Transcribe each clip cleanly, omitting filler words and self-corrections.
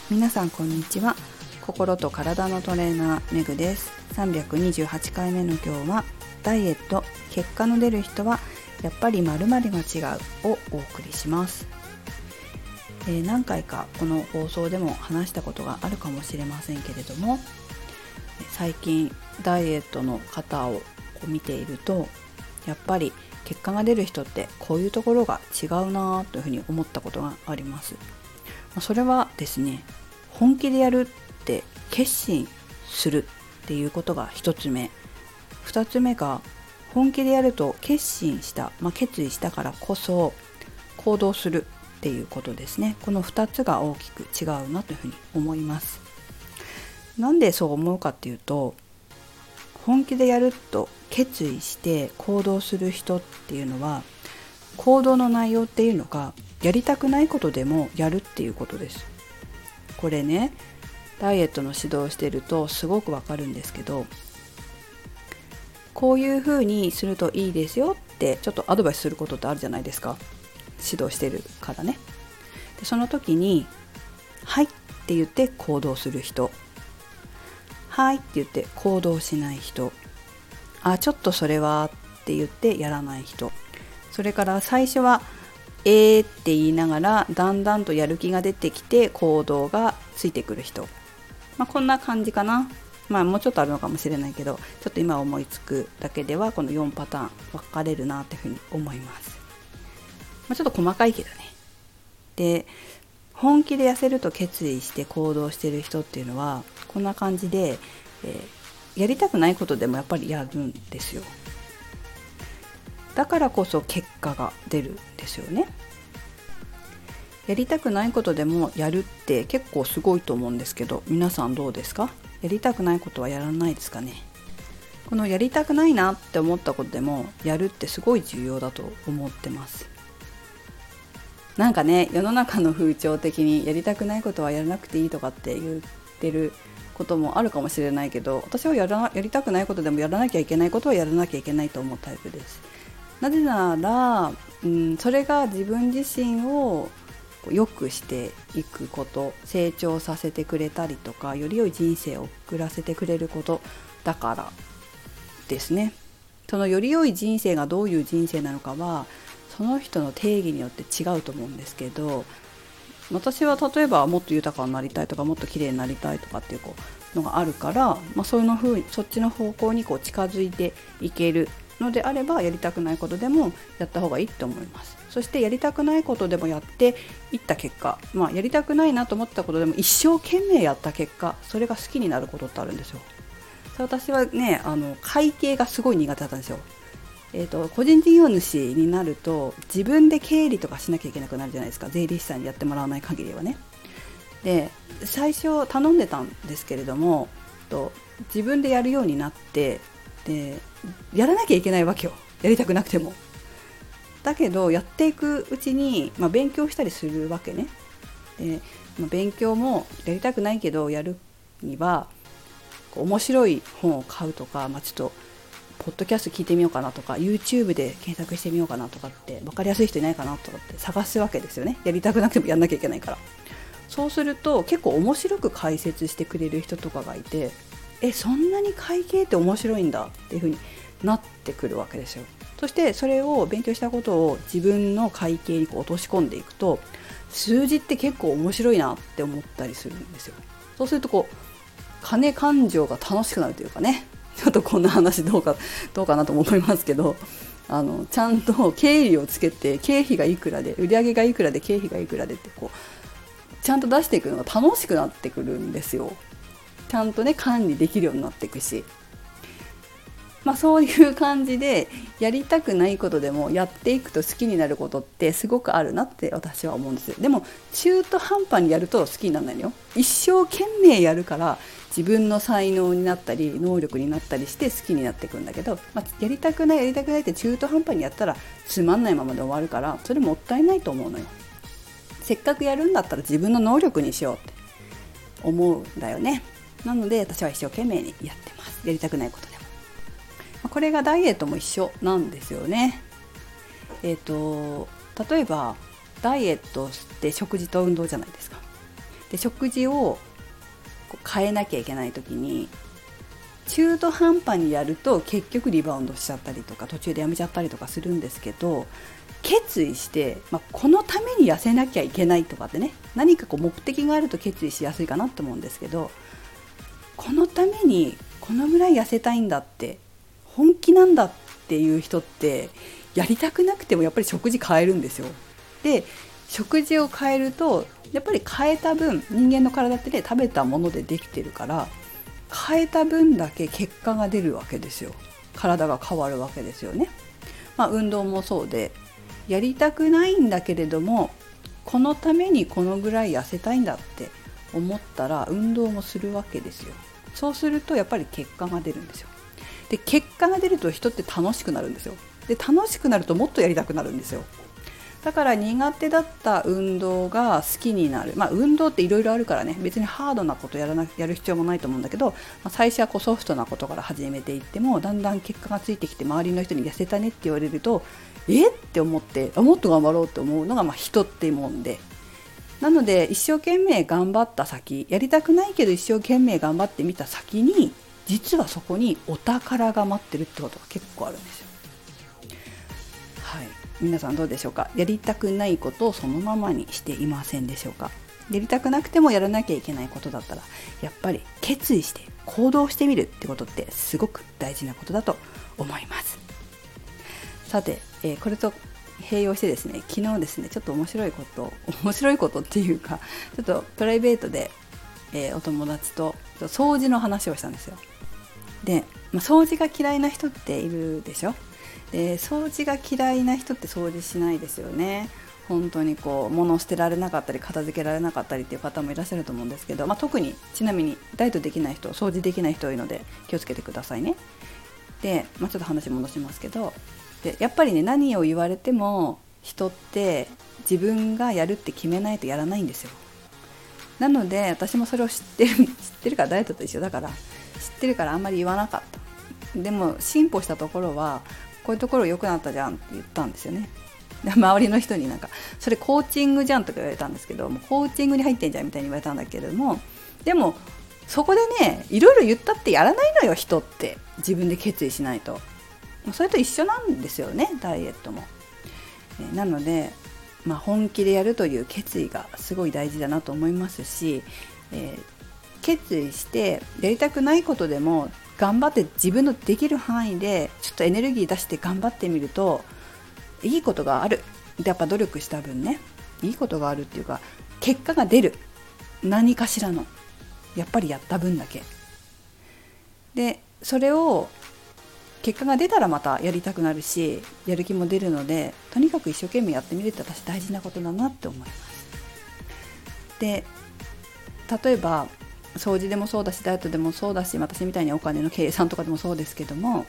皆さんこんにちは。心と体のトレーナーめぐです。328回目の今日はダイエット結果の出る人はやっぱり〇〇が違うをお送りします。何回かこの放送でも話したことがあるかもしれませんけれども、最近ダイエットの方を見ているとやっぱり結果が出る人ってこういうところが違うなというふうに思ったことがあります。それはですね、本気でやるって決心するっていうことが一つ目、二つ目が本気でやると決心した、決意したからこそ行動するっていうことですね。この二つが大きく違うなというふうに思います。なんでそう思うかっていうと、本気でやると決意して行動する人っていうのは、行動の内容っていうのがやりたくないことでもやるっていうことです。これね、ダイエットの指導をしているとすごくわかるんですけど、こういう風にするといいですよってちょっとアドバイスすることってあるじゃないですか。指導してるからね。でその時にはいって言って行動する人、はいって言って行動しない人、ちょっとそれはって言ってやらない人、それから最初はって言いながらだんだんとやる気が出てきて行動がついてくる人、こんな感じかな。もうちょっとあるのかもしれないけど、ちょっと今思いつくだけではこの4パターン分かれるなというふうに思います。ちょっと細かいけどね。で、本気で痩せると決意して行動している人っていうのはこんな感じで、やりたくないことでもやっぱりやるんですよ。だからこそ結果が出るんですよね。やりたくないことでもやるって結構すごいと思うんですけど、皆さんどうですか？やりたくないことはやらないですかね。このやりたくないなって思ったことでもやるってすごい重要だと思ってます。なんかね、世の中の風潮的にやりたくないことはやらなくていいとかって言ってることもあるかもしれないけど、私はやりたくないことでもやらなきゃいけないことはやらなきゃいけないと思うタイプです。なぜなら、それが自分自身を良くしていくこと、成長させてくれたりとか、より良い人生を送らせてくれることだからですね。そのより良い人生がどういう人生なのかはその人の定義によって違うと思うんですけど、私は例えばもっと豊かになりたいとか、もっと綺麗になりたいとかっていうのがあるから、そういうの風にそっちの方向に近づいていけるのであれば、やりたくないことでもやった方がいいと思います。そしてやりたくないことでもやっていった結果、やりたくないなと思ったことでも一生懸命やった結果、それが好きになることってあるんですよ。私はね、会計がすごい苦手だったんですよ。個人事業主になると自分で経理とかしなきゃいけなくなるじゃないですか。税理士さんにやってもらわない限りはね。で、最初頼んでたんですけれども、自分でやるようになって、でやらなきゃいけないわけよ、やりたくなくても。だけどやっていくうちに、勉強したりするわけね。で、勉強もやりたくないけどやるには面白い本を買うとか、ちょっとポッドキャスト聞いてみようかなとか、 YouTube で検索してみようかなとかって、分かりやすい人いないかなとかって探すわけですよね。やりたくなくてもやんなきゃいけないから。そうすると結構面白く解説してくれる人とかがいて、そんなに会計って面白いんだっていう風になってくるわけですよ。そしてそれを勉強したことを自分の会計に落とし込んでいくと、数字って結構面白いなって思ったりするんですよ。そうすると金勘定が楽しくなるというかね、ちょっとこんな話どうかなと思いますけど、ちゃんと経理をつけて、経費がいくらで売上がいくらで経費がいくらでってちゃんと出していくのが楽しくなってくるんですよ。ちゃんとね、管理できるようになっていくし、そういう感じでやりたくないことでもやっていくと好きになることってすごくあるなって私は思うんですよ。でも中途半端にやると好きにならないのよ。一生懸命やるから自分の才能になったり能力になったりして好きになっていくんだけど、やりたくないって中途半端にやったらつまんないままで終わるから、それもったいないと思うのよ。せっかくやるんだったら自分の能力にしようって思うんだよね。なので私は一生懸命にやってます。やりたくないことでも。これがダイエットも一緒なんですよね。例えばダイエットって食事と運動じゃないですか。 で食事を変えなきゃいけない時に中途半端にやると結局リバウンドしちゃったりとか途中でやめちゃったりとかするんですけど、決意して、このために痩せなきゃいけないとかってね、何か目的があると決意しやすいかなと思うんですけど、このためにこのぐらい痩せたいんだって本気なんだっていう人ってやりたくなくてもやっぱり食事変えるんですよ。で食事を変えるとやっぱり変えた分、人間の体ってね食べたものでできてるから、変えた分だけ結果が出るわけですよ。体が変わるわけですよね。運動もそうで、やりたくないんだけれどもこのためにこのぐらい痩せたいんだって思ったら運動もするわけですよ。そうするとやっぱり結果が出るんですよ。で結果が出ると人って楽しくなるんですよ。で楽しくなるともっとやりたくなるんですよ。だから苦手だった運動が好きになる、運動っていろいろあるからね、別にハードなことやる必要もないと思うんだけど、最初はソフトなことから始めていってもだんだん結果がついてきて周りの人に痩せたねって言われるとって思ってもっと頑張ろうって思うのが人っていうもんで、なので一生懸命頑張った先、やりたくないけど一生懸命頑張ってみた先に実はそこにお宝が待ってるってことが結構あるんですよ。はい、皆さんどうでしょうか。やりたくないことをそのままにしていませんでしょうか。やりたくなくてもやらなきゃいけないことだったらやっぱり決意して行動してみるってことってすごく大事なことだと思います。さて、これと併用してですね、昨日ですねちょっと面白いことっていうかちょっとプライベートで、お友達と掃除の話をしたんですよ。で、掃除が嫌いな人っているでしょ。で掃除が嫌いな人って掃除しないですよね。本当に物を捨てられなかったり片付けられなかったりっていう方もいらっしゃると思うんですけど、特にちなみにダイエットできない人、掃除できない人多いので気をつけてくださいね。で、ちょっと話戻しますけど、でやっぱりね、何を言われても人って自分がやるって決めないとやらないんですよ。なので私もそれを知ってるから、ダイエットと一緒だから知ってるからあんまり言わなかった。でも進歩したところはこういうところ良くなったじゃんって言ったんですよね。で周りの人にそれコーチングじゃんとか言われたんですけど、もうコーチングに入ってんじゃんみたいに言われたんだけれども、でもそこでねいろいろ言ったってやらないのよ、人って自分で決意しないと。それと一緒なんですよね、ダイエットも。なので、本気でやるという決意がすごい大事だなと思いますし、決意してやりたくないことでも頑張って自分のできる範囲でちょっとエネルギー出して頑張ってみるといいことがある。でやっぱ努力した分ね、いいことがあるっていうか結果が出る。何かしらのやっぱりやった分だけで、それを結果が出たらまたやりたくなるしやる気も出るので、とにかく一生懸命やってみるって私大事なことだなって思います。で例えば掃除でもそうだしダイエットでもそうだし、私みたいにお金の計算とかでもそうですけども、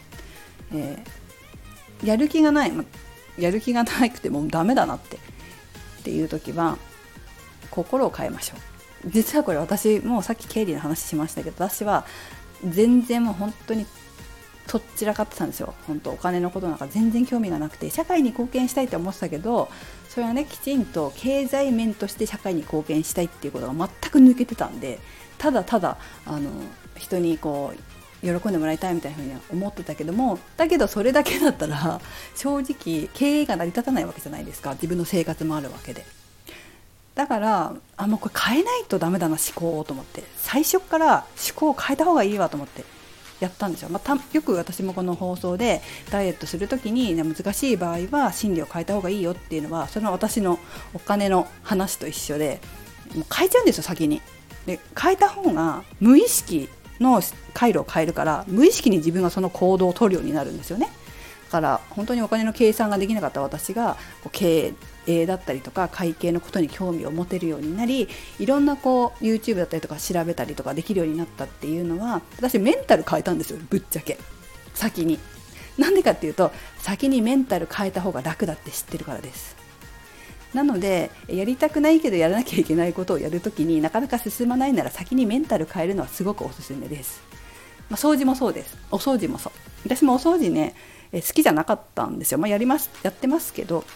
やる気がなくてもダメだなっていう時は心を変えましょう。実はこれ私もうさっき経理の話しましたけど、私は全然もう本当にとっちらかってたんですよ。本当お金のことなんか全然興味がなくて、社会に貢献したいと思ってたけど、それはねきちんと経済面として社会に貢献したいっていうことが全く抜けてたんで、ただただ人に喜んでもらいたいみたいなふうには思ってたけども、だけどそれだけだったら正直経営が成り立たないわけじゃないですか。自分の生活もあるわけで。だからもうこれ変えないとダメだな、思考をと思って、最初から思考を変えた方がいいわと思ってやったんですよ。よく私もこの放送でダイエットするときに、難しい場合は心理を変えた方がいいよっていうのは、それは私のお金の話と一緒で、もう変えちゃうんですよ先に。で変えた方が無意識の回路を変えるから、無意識に自分がその行動を取るようになるんですよね。だから本当にお金の計算ができなかった私が経営だったりとか会計のことに興味を持てるようになり、いろんなYouTube だったりとか調べたりとかできるようになったっていうのは、私メンタル変えたんですよ、ぶっちゃけ先に。なんでかっていうと、先にメンタル変えた方が楽だって知ってるからです。なのでやりたくないけどやらなきゃいけないことをやるときになかなか進まないなら、先にメンタル変えるのはすごくおすすめです。掃除もそうです。お掃除もそう。私もお掃除ね好きじゃなかったんですよ。やってますけど、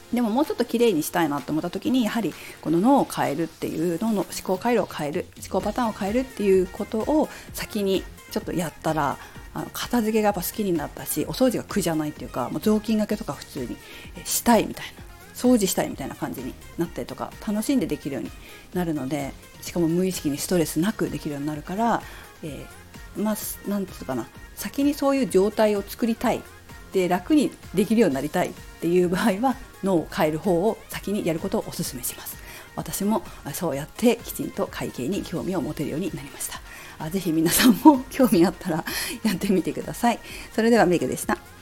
でももうちょっと綺麗にしたいなと思った時に、やはりこの脳を変えるっていう、脳の思考回路を変える、思考パターンを変えるっていうことを先にちょっとやったら、片付けがやっぱ好きになったし、お掃除が苦じゃないっていうか、もう雑巾がけとか普通にしたいみたいな、掃除したいみたいな感じになったりとか、楽しんでできるようになるので、しかも無意識にストレスなくできるようになるから、なんつうかな、先にそういう状態を作りたいで、楽にできるようになりたいっていう場合は、脳を変える方を先にやることをお勧めします。私もそうやってきちんと会計に興味を持てるようになりました。ぜひ皆さんも興味あったらやってみてください。それではメグでした。